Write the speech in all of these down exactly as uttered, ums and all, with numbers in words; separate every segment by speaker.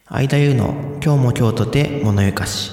Speaker 1: 相田優の今日も京都で物ゆかし。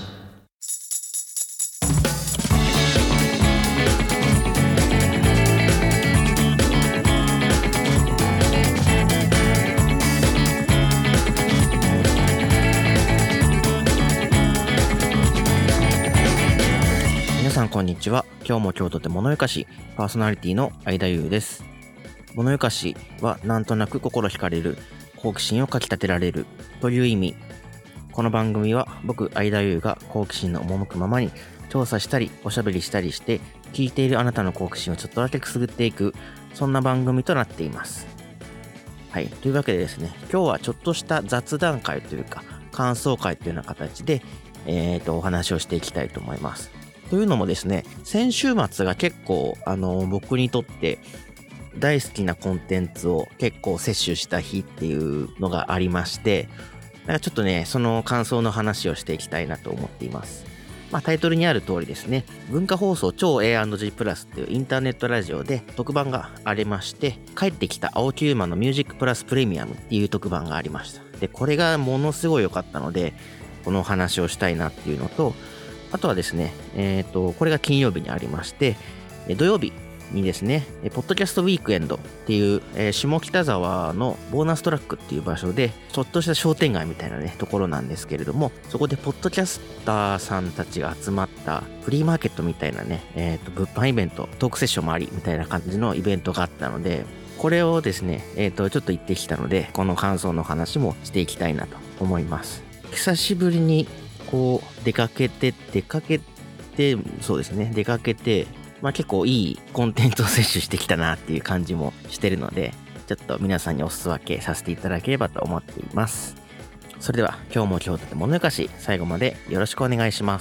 Speaker 1: 皆さんこんにちは。今日も京都で物ゆかしパーソナリティの相田優です。物ゆかしはなんとなく心惹かれる、好奇心をかき立てられるという意味。この番組は僕相田優が好奇心の赴くままに調査したりおしゃべりしたりして、聞いているあなたの好奇心をちょっとだけくすぐっていく、そんな番組となっています。はい、というわけでですね、今日はちょっとした雑談会というか感想会というような形で、えーとお話をしていきたいと思います。というのもですね、先週末が結構あの僕にとって大好きなコンテンツを結構摂取した日っていうのがありまして、だからちょっとね、その感想の話をしていきたいなと思っています。まあタイトルにある通りですね、文化放送超 エーアンドジー プラスっていうインターネットラジオで特番がありまして、帰ってきた青木優馬のミュージックプラスプレミアムっていう特番がありました。で、これがものすごい良かったので、この話をしたいなっていうのと、あとはですね、えっと、これが金曜日にありまして、土曜日にですね、ポッドキャストウィークエンドっていう、えー、下北沢のボーナストラックっていう場所で、ちょっとした商店街みたいなね、ところなんですけれども、そこでポッドキャスターさんたちが集まったフリーマーケットみたいなね、えっと、物販イベント、トークセッションもありみたいな感じのイベントがあったので、これをですね、えっと、ちょっと行ってきたので、この感想の話もしていきたいなと思います。久しぶりに、こう、出かけて、出かけて、そうですね、出かけて、まあ結構いいコンテンツを摂取してきたなっていう感じもしてるので、ちょっと皆さんにお裾分けさせていただければと思っています。それでは今日も京都で物ゆかし、最後までよろしくお願いします。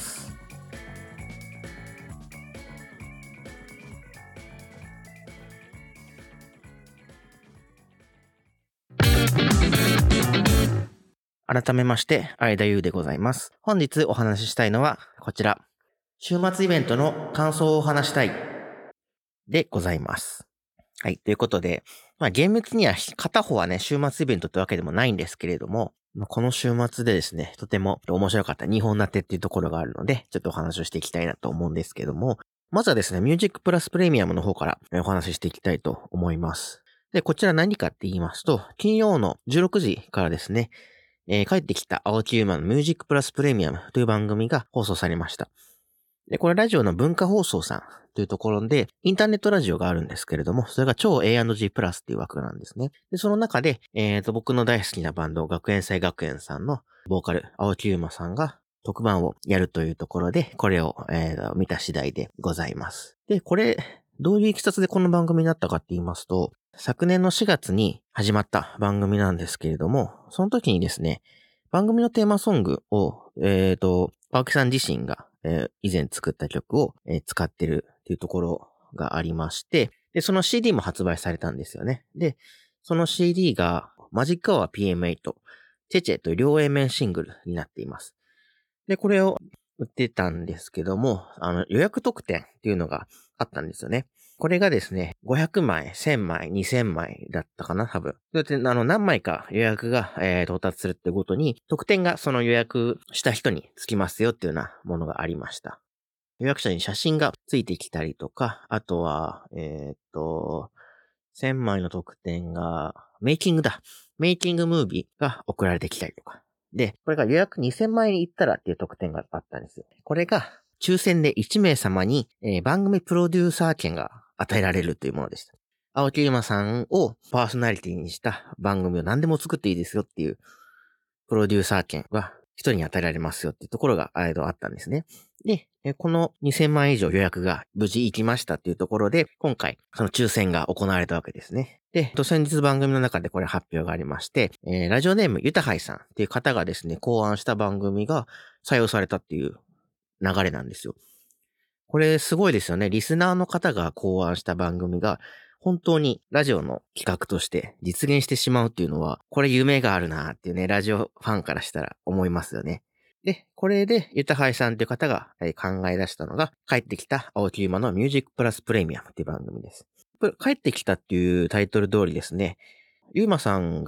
Speaker 1: 改めまして相田優でございます。本日お話ししたいのはこちら、週末イベントの感想を話したいでございます。はい。ということで、まあ厳密には片方はね、週末イベントってわけでもないんですけれども、この週末でですね、とても面白かったにほん立てっていうところがあるので、ちょっとお話をしていきたいなと思うんですけども、まずはですね、ミュージックプラスプレミアムの方からお話ししていきたいと思います。で、こちら何かって言いますと、金曜のじゅうろくじからですね、えー、帰ってきた青木優馬のミュージックプラスプレミアムという番組が放送されました。で、これラジオの文化放送さんというところで、インターネットラジオがあるんですけれども、それが超 エーアンドジー プラスっていう枠なんですね。で、その中で、えっと、僕の大好きなバンド、学園祭学園さんのボーカル、青木優馬さんが特番をやるというところで、これを、えー、見た次第でございます。で、これ、どういういきさつでこの番組になったかって言いますと、昨年のしがつに始まった番組なんですけれども、その時にですね、番組のテーマソングを、えっと、青木さん自身が、えー、以前作った曲を、えー、使ってるっていうところがありまして、で、その シーディー も発売されたんですよね。で、その シーディー がマジックアワー ピーエムエイト、チェチェという両 A 面シングルになっています。で、これを売ってたんですけども、あの、予約特典っていうのがあったんですよね。これがですね、ごひゃくまい、せんまい、にせんまいだったかな、多分。それで、あの、何枚か予約が、えー、到達するってごとに、特典がその予約した人につきますよっていうようなものがありました。予約者に写真がついてきたりとか、あとは、えー、っと、せんまいの特典が、メイキングだ。メイキングムービーが送られてきたりとか。で、これが予約にせんまいに行ったらっていう特典があったんですよ。これが、抽選でいちめいさまに、えー、番組プロデューサー権が与えられるというものでした。青木優馬さんをパーソナリティにした番組を何でも作っていいですよっていうプロデューサー権が一人に与えられますよっていうところがあったんですね。で、このにせんまん以上予約が無事行きましたっていうところで、今回その抽選が行われたわけですね。で、先日番組の中でこれ発表がありまして、えー、ラジオネームゆたはいさんっていう方がですね、考案した番組が採用されたっていう流れなんですよ。これすごいですよね。リスナーの方が考案した番組が本当にラジオの企画として実現してしまうっていうのは、これ夢があるなーっていうね、ラジオファンからしたら思いますよね。で、これでゆたはいさんっていう方が考え出したのが、帰ってきた青木優馬のミュージックプラスプレミアムっていう番組です。帰ってきたっていうタイトル通りですね、優馬さんが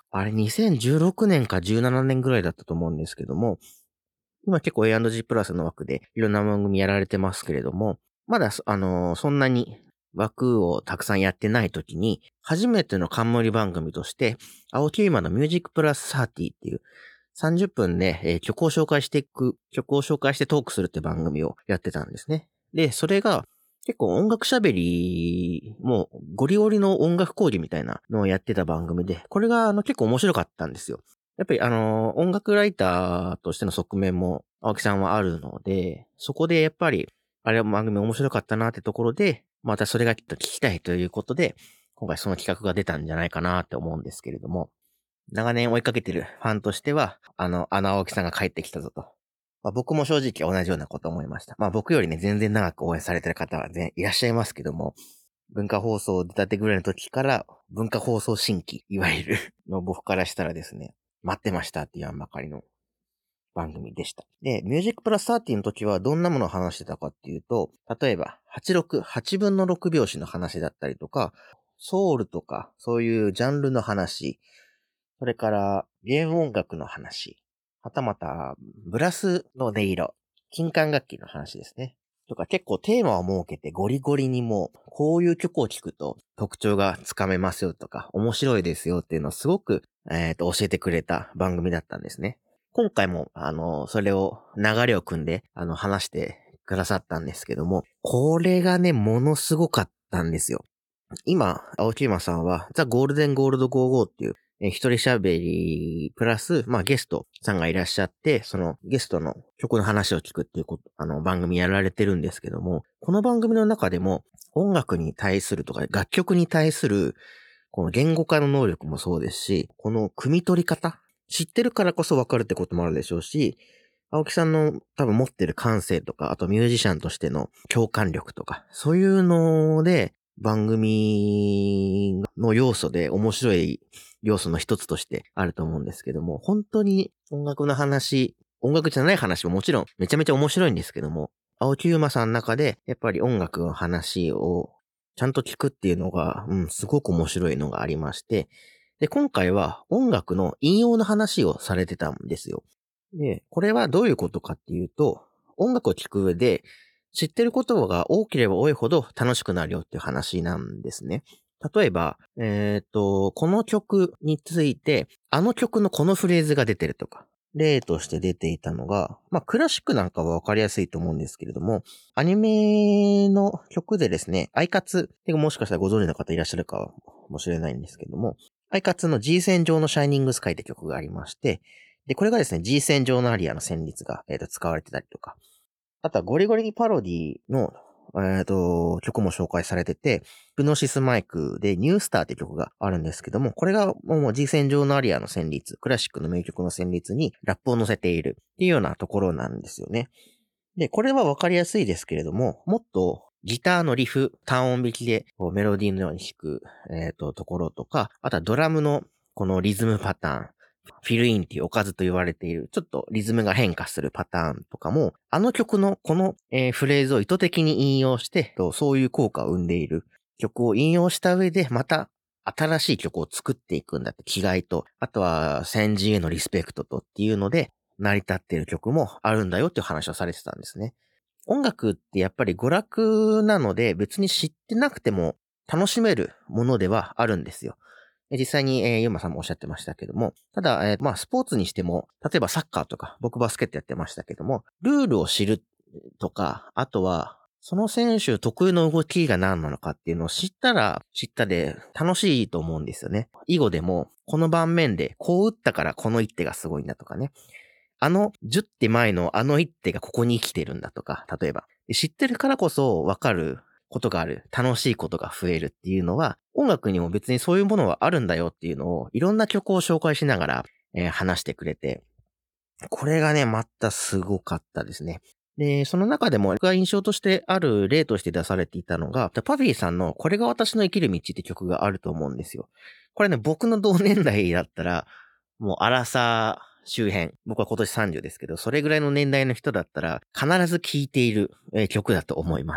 Speaker 1: あれにせんじゅうろくねんかじゅうななねんぐらいだったと思うんですけども、今結構 エーアンドジー プラスの枠でいろんな番組やられてますけれども、まだ、あのーそんなに枠をたくさんやってない時に、初めての冠番組として、青木今のミュージックプラスさんじゅうっていうさんじゅっぷんで、えー曲を紹介していく、曲を紹介してトークするって番組をやってたんですね。で、それが結構音楽喋り、もうゴリゴリの音楽講義みたいなのをやってた番組で、これがあの結構面白かったんですよ。やっぱりあのー音楽ライターとしての側面も青木さんはあるので、そこでやっぱり、あれ番組面白かったなってところで、またそれがちょっと聞きたいということで、今回その企画が出たんじゃないかなって思うんですけれども、長年追いかけてるファンとしては、あの、あの青木さんが帰ってきたぞと。まあ、僕も正直同じようなこと思いました。まあ僕よりね、全然長く応援されてる方は全いらっしゃいますけども、文化放送出たてぐらいの時から、文化放送新規、いわゆるの僕からしたらですね、待ってましたって言わんばかりの番組でした。で、ミュージックプラスさんじゅうの時はどんなものを話してたかっていうと、例えば、はちじゅうろく、はちぶんのろく拍子の話だったりとか、ソウルとか、そういうジャンルの話、それからゲーム音楽の話、はたまたブラスの音色、金管楽器の話ですね。とか結構テーマを設けてゴリゴリにもうこういう曲を聴くと特徴がつかめますよとか面白いですよっていうのをすごく、えー、と教えてくれた番組だったんですね。今回もあのそれを流れを組んであの話してくださったんですけども、これがねものすごかったんですよ。今、青木馬さんは、ザ・ゴールデン・ゴールド・ゴーゴーっていう、えー一人喋り、プラス、まあゲストさんがいらっしゃって、そのゲストの曲の話を聞くっていうこと、あの番組やられてるんですけども、この番組の中でも音楽に対するとか楽曲に対する、この言語化の能力もそうですし、この汲み取り方、知ってるからこそわかるってこともあるでしょうし、青木さんの多分持ってる感性とか、あとミュージシャンとしての共感力とか、そういうので、番組の要素で面白い要素の一つとしてあると思うんですけども、本当に音楽の話、音楽じゃない話ももちろんめちゃめちゃ面白いんですけども、青木優馬さんの中でやっぱり音楽の話をちゃんと聞くっていうのが、うん、すごく面白いのがありまして、で、今回は音楽の引用の話をされてたんですよ。で、これはどういうことかっていうと、音楽を聴く上で、知ってることが多ければ多いほど楽しくなるよっていう話なんですね。例えば、えっと、この曲について、あの曲のこのフレーズが出てるとか、例として出ていたのが、まあ、クラシックなんかはわかりやすいと思うんですけれども、アニメの曲でですね、アイカツ、もしかしたらご存知の方いらっしゃるかもしれないんですけども、アイカツの G 線上のシャイニングスカイって曲がありまして、で、これがですね、G 線上のアリアの旋律が、えーと使われてたりとか、あとはゴリゴリにパロディの、えっ、と、曲も紹介されてて、プノシスマイクでニュースターって曲があるんですけども、これがもう G 線上のアリアの旋律、クラシックの名曲の旋律にラップを乗せているっていうようなところなんですよね。で、これはわかりやすいですけれども、もっとギターのリフ、単音弾きでこうメロディーのように弾く、えっ、と、ところとか、あとはドラムのこのリズムパターン、フィルインっていうおかずと言われている、ちょっとリズムが変化するパターンとかも、あの曲のこの、えーフレーズを意図的に引用して、そういう効果を生んでいる曲を引用した上で、また新しい曲を作っていくんだって気概と、あとは先人へのリスペクトとっていうので、成り立っている曲もあるんだよっていう話をされてたんですね。音楽ってやっぱり娯楽なので別に知ってなくても楽しめるものではあるんですよ。実際に、えー、ゆうまさんもおっしゃってましたけども、ただ、えーまあ、スポーツにしても、例えばサッカーとか、僕バスケットやってましたけども、ルールを知るとか、あとは、その選手特有の動きが何なのかっていうのを知ったら知ったで楽しいと思うんですよね。囲碁でも、この盤面でこう打ったからこの一手がすごいんだとかね。あのじゅって前のあの一手がここに生きてるんだとか、例えば。知ってるからこそわかることがある。楽しいことが増えるっていうのは、音楽にも別にそういうものはあるんだよっていうのを、いろんな曲を紹介しながら、えー話してくれて、これがね、またすごかったですね。で、その中でも、僕が印象としてある例として出されていたのが、パフィーさんのこれが私の生きる道って曲があると思うんですよ。これね、僕の同年代だったら、もうアラサー周辺、僕は今年さんじゅうですけど、それぐらいの年代の人だったら、必ず聴いている、えー曲だと思います。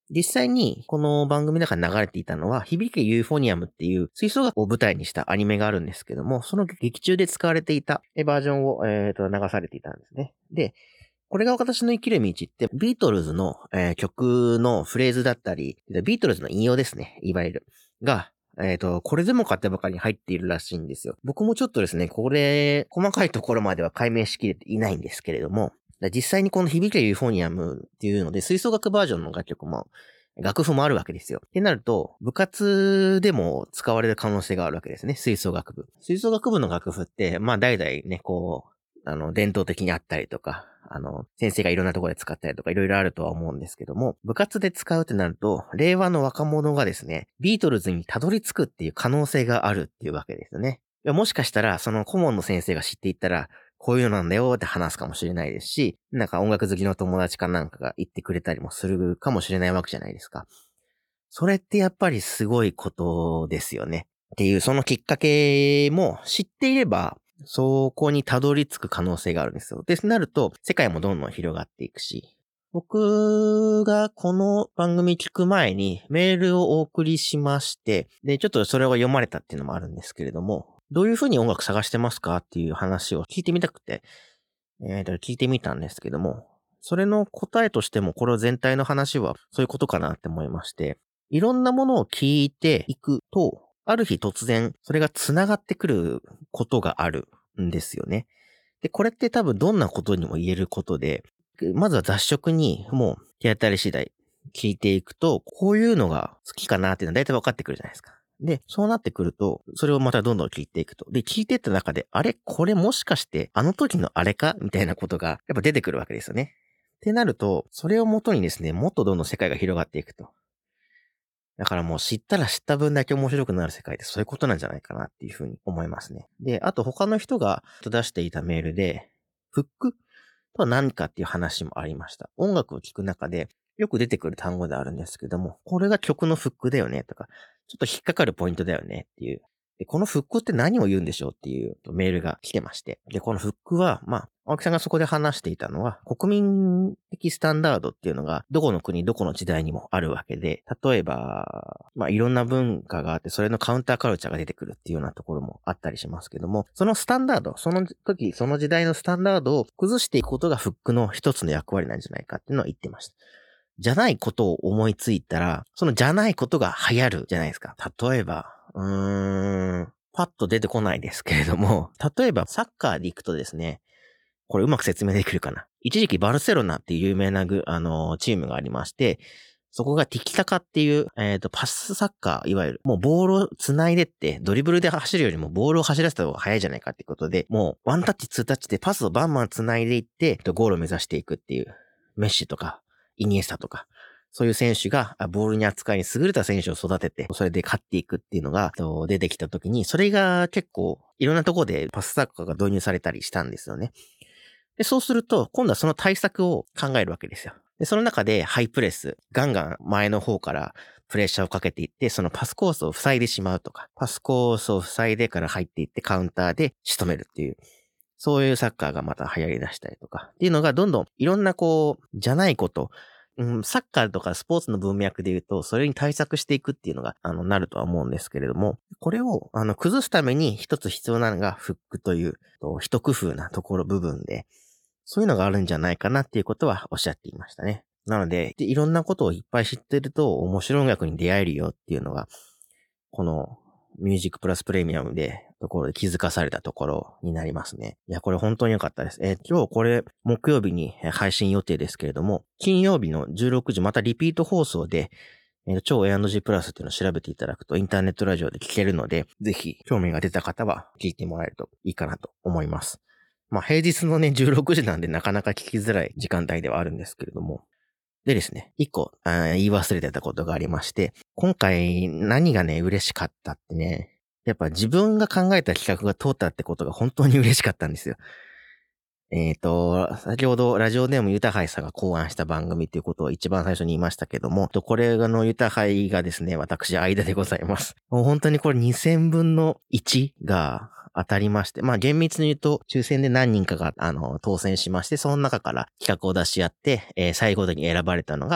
Speaker 1: 実際にこの番組の中に流れていたのは、響けユーフォニアムっていう吹奏楽を舞台にしたアニメがあるんですけども、その劇中で使われていたバージョンを、えー、と流されていたんですね。で、これが私の生きる道って、ビートルズの、えー、曲のフレーズだったり、ビートルズの引用ですね、いわゆる。が、えっと、これでもかってばかりに入っているらしいんですよ。僕もちょっとですね、これ、細かいところまでは解明しきれていないんですけれども、実際にこの響けユーフォニアムっていうので、吹奏楽バージョンの楽曲も、楽譜もあるわけですよ。ってなると、部活でも使われる可能性があるわけですね、吹奏楽部。吹奏楽部の楽譜って、まあ、代々ね、こう、あの、伝統的にあったりとか、あの、先生がいろんなところで使ったりとかいろいろあるとは思うんですけども、部活で使うってなると、令和の若者がですね、ビートルズにたどり着くっていう可能性があるっていうわけですよね。いやもしかしたら、その顧問の先生が知っていったら、こういうのなんだよって話すかもしれないですし、なんか音楽好きの友達かなんかが言ってくれたりもするかもしれないわけじゃないですか。それってやっぱりすごいことですよね。っていう、そのきっかけも知っていれば、そこにたどり着く可能性があるんですよ。で、そうなると、世界もどんどん広がっていくし、僕がこの番組聞く前にメールをお送りしまして、で、ちょっとそれを読まれたっていうのもあるんですけれども、どういうふうに音楽探してますかっていう話を聞いてみたくて、えーと、聞いてみたんですけども、それの答えとしても、これ全体の話はそういうことかなって思いまして、いろんなものを聞いていくと、ある日突然、それが繋がってくることがあるんですよね。で、これって多分どんなことにも言えることで、まずは雑食にもう手当たり次第聞いていくと、こういうのが好きかなっていうのは大体分かってくるじゃないですか。で、そうなってくると、それをまたどんどん聞いていくと。で、聞いていった中で、あれこれもしかして、あの時のあれかみたいなことが、やっぱ出てくるわけですよね。ってなると、それをもとにですね、もっとどんどん世界が広がっていくと。だからもう知ったら知った分だけ面白くなる世界ってそういうことなんじゃないかなっていうふうに思いますね。で、あと他の人が出していたメールで、フックとは何かっていう話もありました。音楽を聴く中でよく出てくる単語であるんですけども、これが曲のフックだよねとか、ちょっと引っかかるポイントだよねっていう。で、このフックって何を言うんでしょうっていうメールが来てまして。で、このフックは、まあ、青木さんがそこで話していたのは、国民的スタンダードっていうのが、どこの国、どこの時代にもあるわけで、例えば、まあ、いろんな文化があって、それのカウンターカルチャーが出てくるっていうようなところもあったりしますけども、そのスタンダード、その時、その時代のスタンダードを崩していくことがフックの一つの役割なんじゃないかっていうのを言ってました。じゃないことを思いついたら、そのじゃないことが流行るじゃないですか。例えば、うーん、パッと出てこないですけれども、例えばサッカーで行くとですね、これうまく説明できるかな。一時期バルセロナっていう有名なグ、あのー、チームがありまして、そこがティキタカっていう、えっと、パスサッカー、いわゆる、もうボールを繋いでって、ドリブルで走るよりもボールを走らせた方が早いじゃないかっていうことで、もうワンタッチ、ツータッチでパスをバンバン繋いでいって、ゴールを目指していくっていう、メッシとか、イニエスタとか、そういう選手がボールに扱いに優れた選手を育てて、それで勝っていくっていうのが出てきたときに、それが結構いろんなところでパスサッカーが導入されたりしたんですよね。で、そうすると、今度はその対策を考えるわけですよ。で、その中でハイプレス、ガンガン前の方からプレッシャーをかけていって、そのパスコースを塞いでしまうとか、パスコースを塞いでから入っていってカウンターで仕留めるっていう、そういうサッカーがまた流行り出したりとか、っていうのがどんどんいろんなこう、じゃないこと、うん、サッカーとかスポーツの文脈で言うと、それに対策していくっていうのが、あの、なるとは思うんですけれども、これを、あの、崩すために一つ必要なのがフックという、一工夫なところ部分で、そういうのがあるんじゃないかなっていうことはおっしゃっていましたね。なので、でいろんなことをいっぱい知ってると面白い音楽に出会えるよっていうのが、このミュージックプラスプレミアムで、ところで気づかされたところになりますね。いや、これ本当に良かったです。えー、今日これ木曜日に配信予定ですけれども、金曜日のじゅうろくじまたリピート放送で、えー、超 エーアンドジー プラスっていうのを調べていただくとインターネットラジオで聞けるので、ぜひ興味が出た方は聞いてもらえるといいかなと思います。まあ平日のねじゅうろくじなんでなかなか聞きづらい時間帯ではあるんですけれども。でですね、一個あ言い忘れてたことがありまして、今回何がね嬉しかったってね、やっぱ自分が考えた企画が通ったってことが本当に嬉しかったんですよ。えっと、先ほどラジオネームユタハイさんが考案した番組っていうことを一番最初に言いましたけども、これのユタハイがですね、私間でございます。もう本当にこれにせんぶんのいちが当たりまして、まあ厳密に言うと抽選で何人かがあの当選しまして、その中から企画を出し合って、えー、最後に選ばれたのが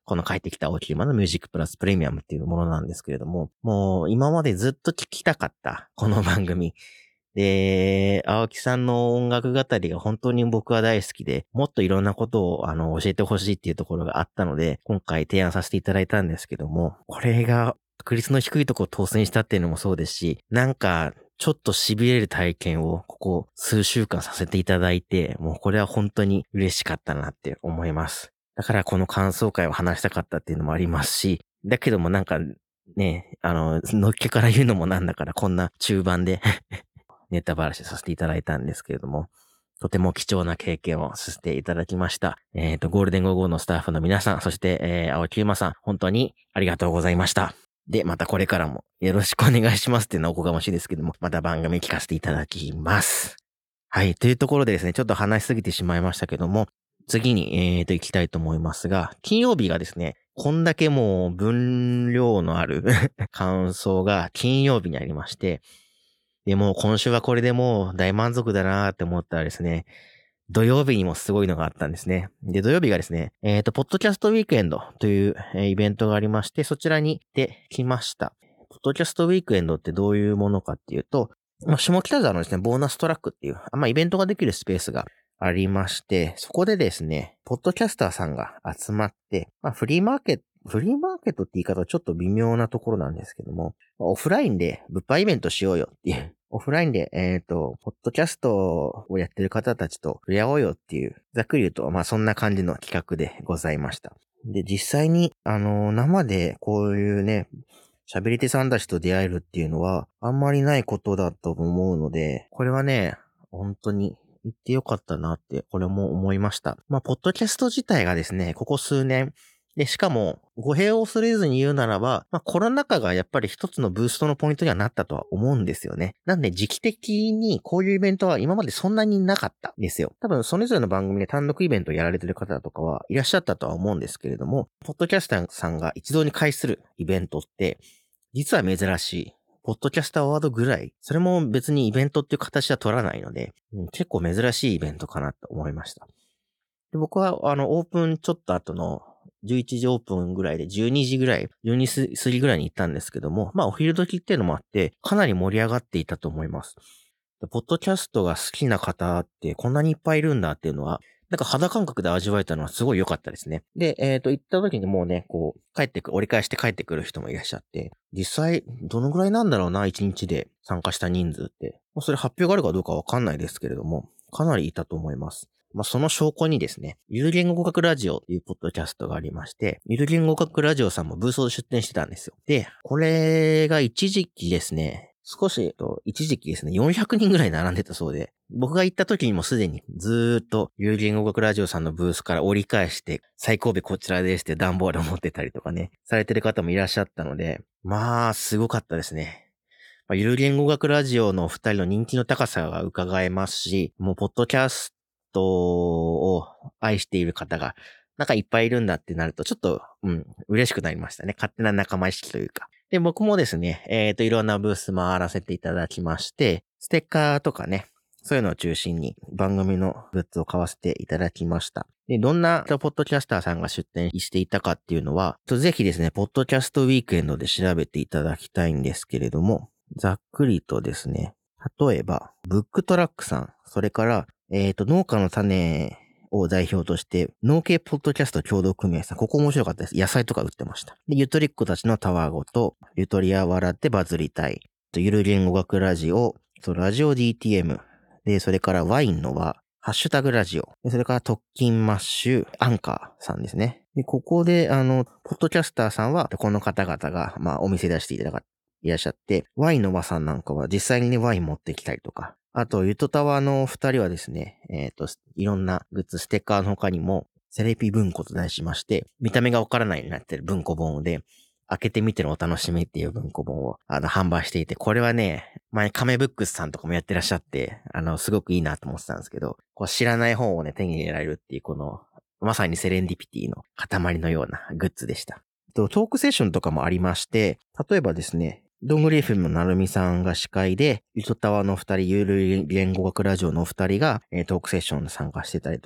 Speaker 1: この帰ってきた青木馬のミュージックプラスプレミアムっていうものなんですけれども、もう今までずっと聞きたかったこの番組。で、青木さんの音楽語りが本当に僕は大好きで、もっといろんなことをあの教えてほしいっていうところがあったので、今回提案させていただいたんですけども、これが確率の低いところを当選したっていうのもそうですし、なんかちょっと痺れる体験をここ数週間させていただいて、もうこれは本当に嬉しかったなって思います。だからこの感想会を話したかったっていうのもありますし、だけどもなんかね、あの、のっけから言うのもなんだからこんな中盤でネタバラシさせていただいたんですけれども、とても貴重な経験をさせていただきました。えっと、ゴールデンゴーゴーのスタッフの皆さん、そして、えー、青木馬さん、本当にありがとうございました。で、またこれからもよろしくお願いしますっていうのはおこがましいですけども、また番組聞かせていただきます。はい、というところでですね、ちょっと話しすぎてしまいましたけども、次に、えーと、行きたいと思いますが、金曜日がですね、こんだけもう分量のある感想が金曜日にありまして、で、もう今週はこれでもう大満足だなーって思ったらですね、土曜日にもすごいのがあったんですね。で、土曜日がですね、えっと、ポッドキャストウィークエンドという、えーイベントがありまして、そちらに行ってきました。ポッドキャストウィークエンドってどういうものかっていうと、まあ、下北沢のですね、ボーナストラックっていう、あまあ、イベントができるスペースがありまして、そこでですね、ポッドキャスターさんが集まって、まあ、フリーマーケット、フリーマーケットって言い方はちょっと微妙なところなんですけども、オフラインで物販イベントしようよっていう、オフラインで、えっと、ポッドキャストをやってる方たちと触れ合おうよっていう、ざっくり言うと、まあそんな感じの企画でございました。で、実際に、あの、生でこういうね、喋り手さんたちと出会えるっていうのは、あんまりないことだと思うので、これはね、本当に行ってよかったなって、これも思いました。まあ、ポッドキャスト自体がですね、ここ数年、で、しかも、語弊を恐れずに言うならば、まあ、コロナ禍がやっぱり一つのブーストのポイントにはなったとは思うんですよね。なんで、時期的にこういうイベントは今までそんなになかったんですよ。多分、それぞれの番組で単独イベントをやられてる方とかはいらっしゃったとは思うんですけれども、ポッドキャスターさんが一堂に会するイベントって、実は珍しい。ポッドキャスターアワードぐらい。それも別にイベントっていう形は取らないので、うん、結構珍しいイベントかなと思いました。で僕は、あの、オープンちょっと後のじゅういちじオープンぐらいでじゅうにじぐらい、じゅうに過ぎぐらいに行ったんですけども、まあお昼時っていうのもあって、かなり盛り上がっていたと思います。ポッドキャストが好きな方ってこんなにいっぱいいるんだっていうのは、なんか肌感覚で味わえたのはすごい良かったですね。で、えっと、行った時にもうね、こう、帰ってくる、折り返して帰ってくる人もいらっしゃって、実際、どのぐらいなんだろうな、いちにちで参加した人数って。まあ、それ発表があるかどうかわかんないですけれども、かなりいたと思います。まあ、その証拠にですね、ゆる言語学ラジオっていうポッドキャストがありまして、ゆる言語学ラジオさんもブースを出展してたんですよ。で、これが一時期ですね、少し、一時期ですね、よんひゃくにんぐらい並んでたそうで、僕が行った時にもすでにずーっと、有言語学ラジオさんのブースから折り返して、最後尾こちらですって段ボールを持ってたりとかね、されてる方もいらっしゃったので、まあ、すごかったですね。まあ、ゆる言語学ラジオの二人の人気の高さが伺えますし、もう、ポッドキャストを愛している方が、なんかいっぱいいるんだってなると、ちょっと、うん、嬉しくなりましたね。勝手な仲間意識というか。で、僕もですね、えっと、いろんなブース回らせていただきまして、ステッカーとかね、そういうのを中心に番組のグッズを買わせていただきました。で、どんなポッドキャスターさんが出展していたかっていうのは、ぜひですね、ポッドキャストウィークエンドで調べていただきたいんですけれども、ざっくりとですね、例えば、ブックトラックさん、それから、えっと、農家の種を代表として、農系ポッドキャスト協同組合さん、ここ面白かったです。野菜とか売ってました。で、ゆとりっ子たちのたわごと、ゆとりや笑ってバズりたい、ゆる言語学ラジオ、ラジオ ディーティーエム、で、それからワインの輪、ハッシュタグラジオ、でそれから特勤マッシュ、アンカーさんですね。で、ここで、あの、ポッドキャスターさんは、この方々が、まあ、お店出していただかいらっしゃって、ワインの輪さんなんかは実際にね、ワイン持ってきたりとか、あと、ゆとたわの二人はですね、えっと、いろんなグッズ、ステッカーの他にも、セレピ文庫と題しまして、見た目がわからないようになってる文庫本で、開けてみてのお楽しみっていう文庫本を、あの、販売していて、これはね、前、カメブックスさんとかもやってらっしゃって、あの、すごくいいなと思ってたんですけど、こう知らない本をね、手に入れられるっていう、この、まさにセレンディピティの塊のようなグッズでした。トークセッションとかもありまして、例えばですね、どんぐり エフエム のなるみさんが司会で、ゆとたわの二人、ゆる言語学ラジオの二人が、えー、トークセッションに参加してたりとか、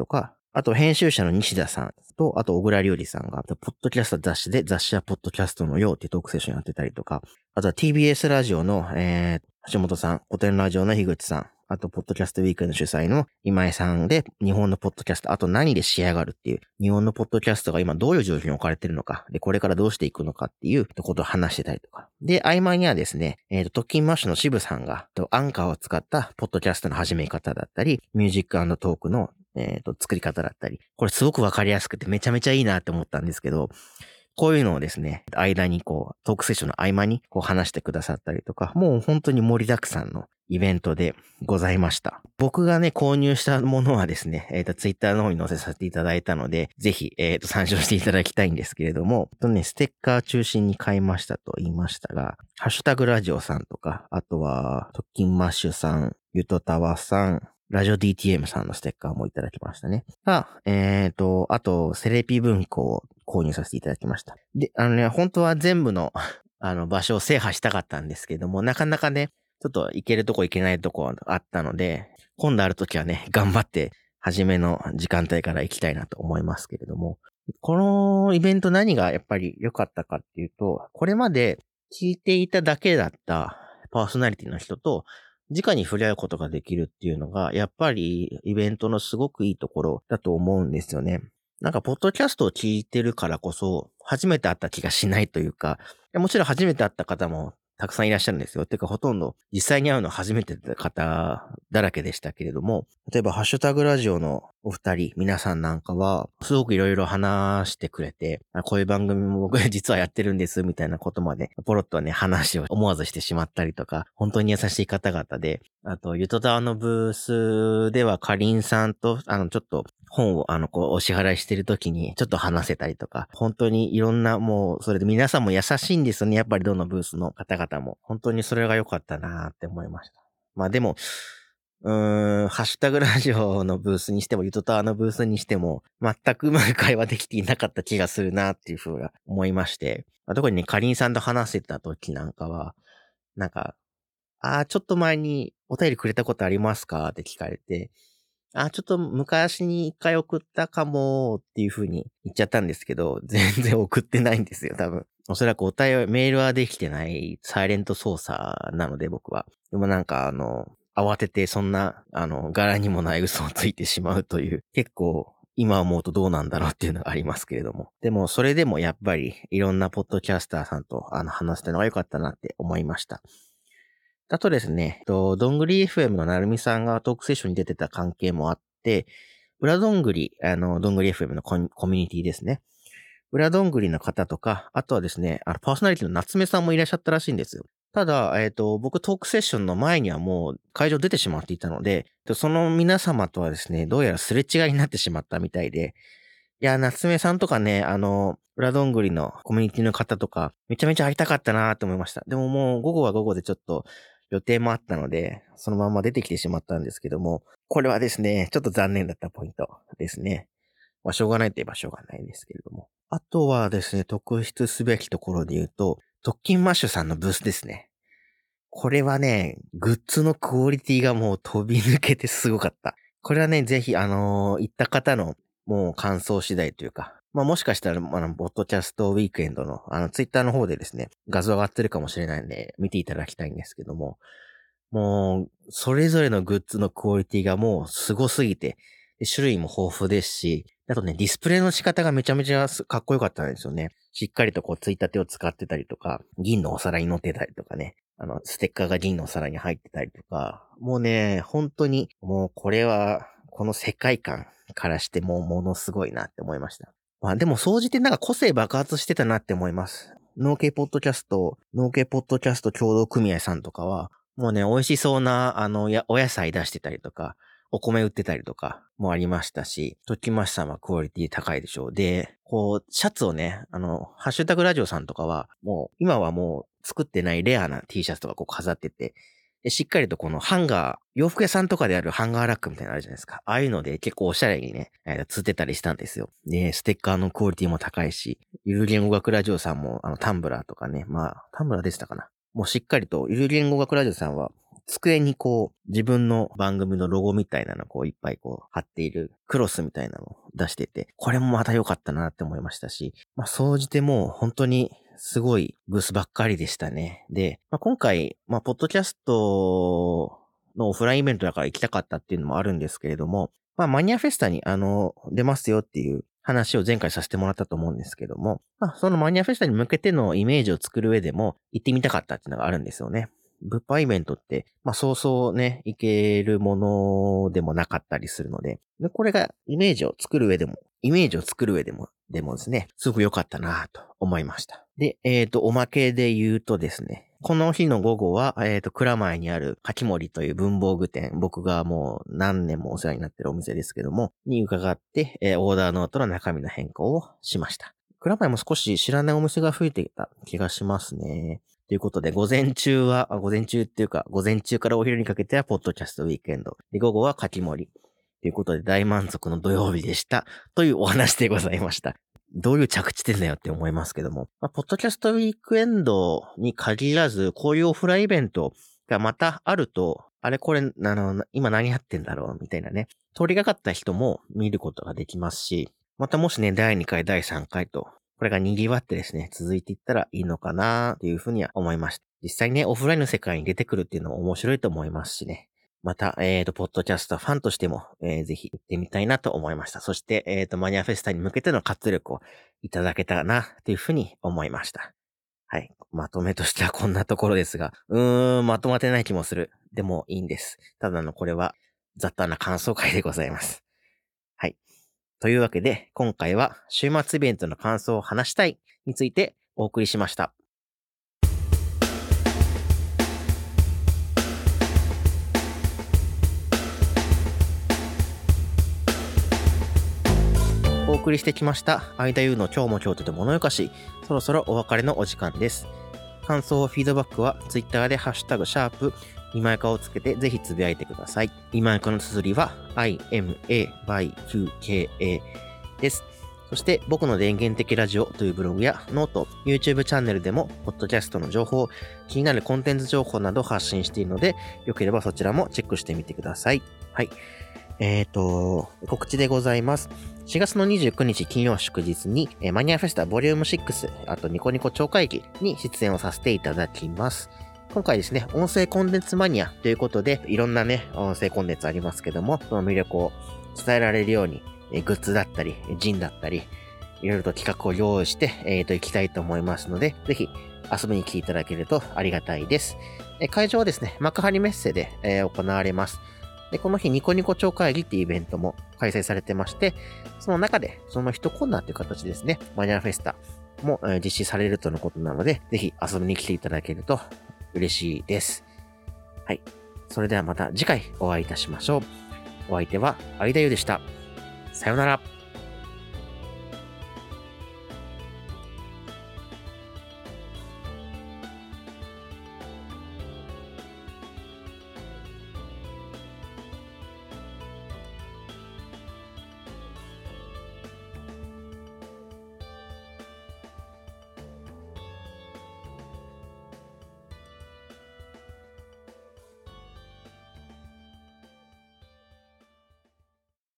Speaker 1: あと編集者の西田さんと、あと小倉隆二さんが、ポッドキャスト雑誌で雑誌はポッドキャストのようっていうトークセッションやってたりとか、あとは ティービーエス ラジオの、えー、橋本さん、古典ラジオの樋口さん、あと、ポッドキャストウィークエンド主催の今井さんで、日本のポッドキャスト、あと何で仕上がるっていう、日本のポッドキャストが今どういう状況に置かれてるのか、で、これからどうしていくのかっていうことを話してたりとか。で、合間にはですね、えっ、と、特勤マッシュの渋さんが、アンカーを使ったポッドキャストの始め方だったり、ミュージック&トークのえっ、と、作り方だったり。これすごくわかりやすくてめちゃめちゃいいなって思ったんですけど、こういうのをですね、間にこう、トークセッションの合間にこう話してくださったりとか、もう本当に盛りだくさんのイベントでございました。僕がね、購入したものはですね、えっ、と、ツイッターの方に載せさせていただいたので、ぜひ、えっ、と、参照していただきたいんですけれども、とね、ステッカー中心に買いましたと言いましたが、ハッシュタグラジオさんとか、あとは、特勤マッシュさん、ゆとたわさん、ラジオ ディーティーエム さんのステッカーもいただきましたね。が、えっ、と、あと、セレピ文庫を購入させていただきました。で、あのね、本当は全部の、あの、場所を制覇したかったんですけども、なかなかね、ちょっと行けるとこ行けないとこあったので、今度あるときはね、頑張って、初めの時間帯から行きたいなと思いますけれども、このイベント何がやっぱり良かったかっていうと、これまで聞いていただけだったパーソナリティの人と、直に触れ合うことができるっていうのが、やっぱりイベントのすごくいいところだと思うんですよね。なんか、ポッドキャストを聞いてるからこそ、初めて会った気がしないというか、もちろん初めて会った方もたくさんいらっしゃるんですよ。てか、ほとんど実際に会うの初めての方だらけでしたけれども、例えば、ハッシュタグラジオのお二人、皆さんなんかは、すごくいろいろ話してくれて、こういう番組も僕実はやってるんです、みたいなことまで、ポロッとね、話を思わずしてしまったりとか、本当に優しい方々で、あと、ゆとたわのブースでは、かりんさんと、あの、ちょっと、本を、あの、こう、お支払いしてるときに、ちょっと話せたりとか、本当にいろんな、もう、それで皆さんも優しいんですよね。やっぱりどのブースの方々も。本当にそれが良かったなって思いました。まあでも、うーん、ハッシュタグラジオのブースにしても、ゆとたわのブースにしても、全くうまく会話できていなかった気がするなっていうふうに思いまして、特にね、かりんさんと話せた時なんかは、なんか、あー、ちょっと前にお便りくれたことありますかって聞かれて、あ、ちょっと昔に一回送ったかもっていう風に言っちゃったんですけど、全然送ってないんですよ、多分。おそらくお便り、メールはできてないサイレント操作なので僕は。でもなんかあの、慌ててそんな、あの、柄にもない嘘をついてしまうという、結構今思うとどうなんだろうっていうのがありますけれども。でもそれでもやっぱりいろんなポッドキャスターさんとあの話したのが良かったなって思いました。あとですね、どんぐり エフエム のなるみさんがトークセッションに出てた関係もあって、裏どんぐり、あの、どんぐり エフエム のコミュニティですね。裏どんぐりの方とか、あとはですね、あの、パーソナリティの夏目さんもいらっしゃったらしいんですよ。ただ、えっと、僕トークセッションの前にはもう会場出てしまっていたので、その皆様とはですね、どうやらすれ違いになってしまったみたいで、いや、夏目さんとかね、あの、裏どんぐりのコミュニティの方とか、めちゃめちゃ会いたかったなーって思いました。でももう午後は午後でちょっと予定もあったので、そのまま出てきてしまったんですけども、これはですね、ちょっと残念だったポイントですね。まあ、しょうがないといえばしょうがないですけれども。あとはですね、特筆すべきところで言うと、特勤マッシュさんのブースですね。これはね、グッズのクオリティがもう飛び抜けてすごかった。これはね、ぜひ、あのー行った方のもう感想次第というか、まあもしかしたら、あの、ポッドキャストウィークエンドの、あの、ツイッターの方でですね、画像上がってるかもしれないんで、見ていただきたいんですけども、もう、それぞれのグッズのクオリティがもうすごすぎて、で種類も豊富ですし、あとね、ディスプレイの仕方がめちゃめちゃかっこよかったんですよね。しっかりとこう、ついたてを使ってたりとか、銀のお皿に乗ってたりとかね、あの、ステッカーが銀のお皿に入ってたりとか、もうね、本当に、もうこれは、この世界観からしてもものすごいなって思いました。まあでも、総じてなんか個性爆発してたなって思います。農系ポッドキャスト、農系ポッドキャスト協同組合さんとかは、もうね、美味しそうな、あの、や、お野菜出してたりとか、お米売ってたりとかもありましたし、ときましさんはクオリティ高いでしょう。で、こう、シャツをね、あの、ハッシュタグラジオさんとかは、もう、今はもう作ってないレアな T シャツとかこう飾ってて、でしっかりとこのハンガー、洋服屋さんとかであるハンガーラックみたいなのあるじゃないですか。ああいうので結構おしゃれにね、えー、つってたりしたんですよ。で、ステッカーのクオリティも高いし、ゆる言語学ラジオさんも、あの、タンブラーとかね、まあ、タンブラーでしたかな。もうしっかりと、ゆる言語学ラジオさんは、 机にこう、自分の番組のロゴみたいなのをこういっぱいこう貼っているクロスみたいなのを出してて、これもまた良かったなって思いましたし、まあ、総じてもう本当にすごいブースばっかりでしたね。で、まあ、今回、まあ、ポッドキャストのオフラインイベントだから行きたかったっていうのもあるんですけれども、まあ、マニアフェスタにあの、出ますよっていう話を前回させてもらったと思うんですけども、まあ、そのマニアフェスタに向けてのイメージを作る上でも行ってみたかったっていうのがあるんですよね。物販イベントって、まあそうそうね、いけるものでもなかったりするので、でこれがイメージを作る上でも、イメージを作る上でも、でもですね、すごく良かったなと思いました。で、えっと、おまけで言うとですね、この日の午後は、えっと、蔵前にあるかきもりという文房具店、僕がもう何年もお世話になってるお店ですけども、に伺って、えー、オーダーノートの中身の変更をしました。蔵前も少し知らないお店が増えてきた気がしますね。ということで、午前中は、午前中っていうか、午前中からお昼にかけては、ポッドキャストウィークエンド。で、午後はかきもり。ということで、大満足の土曜日でした。というお話でございました。どういう着地点だよって思いますけども。まあ、ポッドキャストウィークエンドに限らず、こういうオフラインイベントがまたあると、あれこれ、あの、今何やってんだろうみたいなね。通りがかった人も見ることができますし、またもしね、だいにかい、だいさんかいと、これが賑わってですね、続いていったらいいのかなというふうには思いました。実際ね、オフラインの世界に出てくるっていうのも面白いと思いますしね。また、えっと、ポッドキャストファンとしても、えー、ぜひ行ってみたいなと思いました。そして、えっと、マニアフェスタに向けての活力をいただけたらなというふうに思いました。はい。まとめとしてはこんなところですが、うーん、まとまってない気もする。でもいいんです。ただのこれは雑多な感想会でございます。はい。というわけで、今回は週末イベントの感想を話したいについてお送りしました。お送りしてきました間優の今日も京都で物よかし、そろそろお別れのお時間です。感想、フィードバックはツイッターでハッシュタグシャープイマイカをつけてぜひつぶやいてください。イマイカの綴りは アイエムエーワイキューケーエー です。そして僕の電源的ラジオというブログやノート、YouTube チャンネルでもポッドキャストの情報、気になるコンテンツ情報などを発信しているので、よければそちらもチェックしてみてください。はい。えっと、告知でございます。しがつのにじゅうくにち金曜祝日に、えー、マニアフェスタボリュームシックス、あとニコニコ超会議に出演をさせていただきます。今回ですね、音声コンテンツマニアということで、いろんなね、音声コンテンツありますけども、その魅力を伝えられるように、えー、グッズだったり、ジンだったり、いろいろと企画を用意して、えっと、行きたいと思いますので、ぜひ遊びに来ていただけるとありがたいです。えー、会場はですね、幕張メッセで、えー、行われます。で、この日、ニコニコ超会議っていうイベントも開催されてまして、その中で、その一コーナーという形ですね、マニアフェスタも、えー、実施されるとのことなので、ぜひ遊びに来ていただけると嬉しいです。はい。それではまた次回お会いいたしましょう。お相手は、相田優でした。さようなら。